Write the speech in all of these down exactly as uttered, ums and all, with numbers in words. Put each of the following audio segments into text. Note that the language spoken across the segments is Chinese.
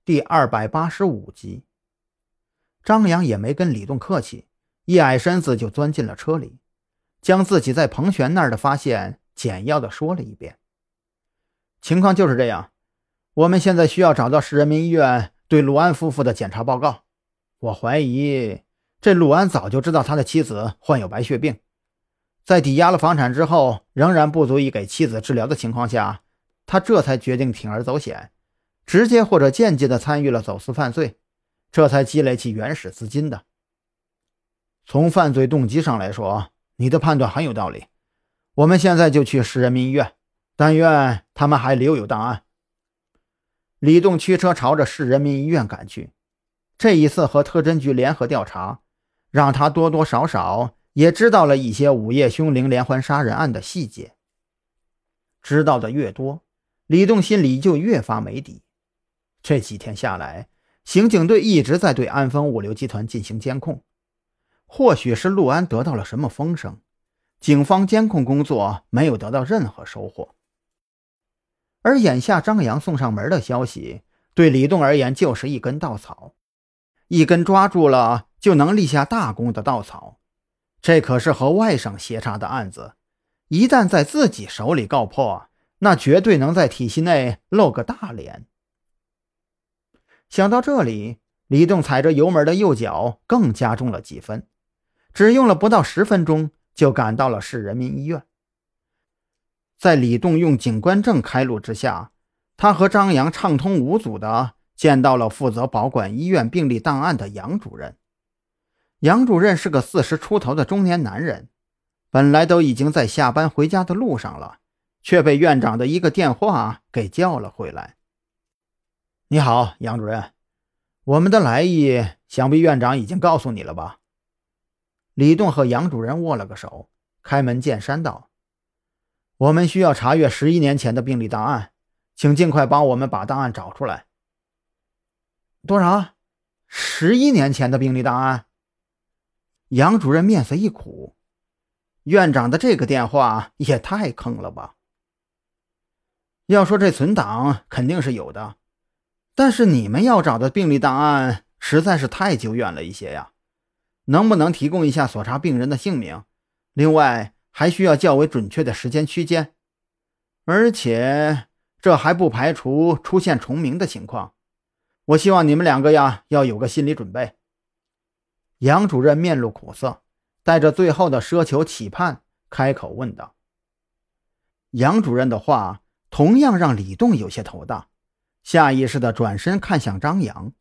第二百八十五集。张扬也没跟李栋客气，一矮身子就钻进了车里，将自己在彭璇那儿的发现简要的说了一遍。情况就是这样，我们现在需要找到市人民医院对陆安夫妇的检查报告。我怀疑这陆安早就知道他的妻子患有白血病，在抵押了房产之后仍然不足以给妻子治疗的情况下，他这才决定铤而走险，直接或者间接地参与了走私犯罪，这才积累起原始资金的。从犯罪动机上来说，你的判断很有道理。我们现在就去市人民医院，但愿他们还留有档案。李栋驱车朝着市人民医院赶去。这一次和特侦局联合调查，让他多多少少也知道了一些午夜凶铃连环杀人案的细节。知道的越多，李栋心里就越发没底。这几天下来，刑警队一直在对安丰物流集团进行监控。或许是陆安得到了什么风声，警方监控工作没有得到任何收获。而眼下张扬送上门的消息，对李栋而言就是一根稻草，一根抓住了就能立下大功的稻草。这可是和外省协查的案子，一旦在自己手里告破，那绝对能在体系内露个大脸。想到这里，李栋踩着油门的右脚更加重了几分，只用了不到十分钟就赶到了市人民医院。在李栋用警官证开路之下，他和张扬畅通无阻地见到了负责保管医院病历档案的杨主任。杨主任是个四十出头的中年男人，本来都已经在下班回家的路上了，却被院长的一个电话给叫了回来。你好，杨主任，我们的来意想必院长已经告诉你了吧？李栋和杨主任握了个手，开门见山道：我们需要查阅十一年前的病历档案，请尽快帮我们把档案找出来。多少？十一年前的病历档案？杨主任面色一苦，院长的这个电话也太坑了吧。要说这存档肯定是有的，但是你们要找的病历档案实在是太久远了一些呀，能不能提供一下所查病人的姓名？另外还需要较为准确的时间区间，而且这还不排除出现重名的情况。我希望你们两个呀要有个心理准备。杨主任面露苦涩，带着最后的奢求期盼开口问道。杨主任的话同样让李栋有些头大，下意识地转身看向张扬。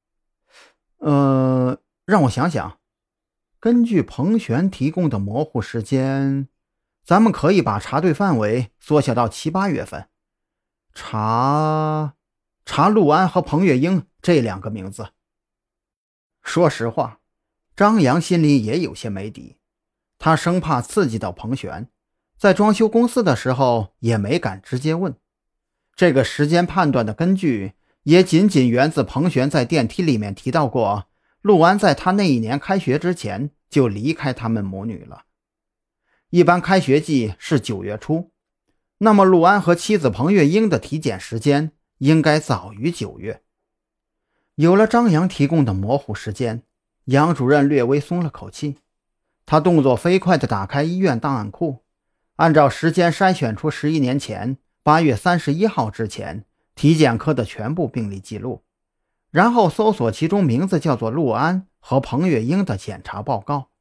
呃，让我想想，根据彭璇提供的模糊时间，咱们可以把查对范围缩小到七八月份，查查陆安和彭月英这两个名字。说实话，张扬心里也有些没底，他生怕刺激到彭璇，在装修公司的时候也没敢直接问。这个时间判断的根据也仅仅源自彭璇在电梯里面提到过，陆安在他那一年开学之前就离开他们母女了。一般开学季是九月初，那么陆安和妻子彭月英的体检时间应该早于九月。有了张扬提供的模糊时间，杨主任略微松了口气，他动作飞快地打开医院档案库，按照时间筛选出十一年前八月三十一号之前体检科的全部病历记录，然后搜索其中名字叫做陆安和彭月英的检查报告。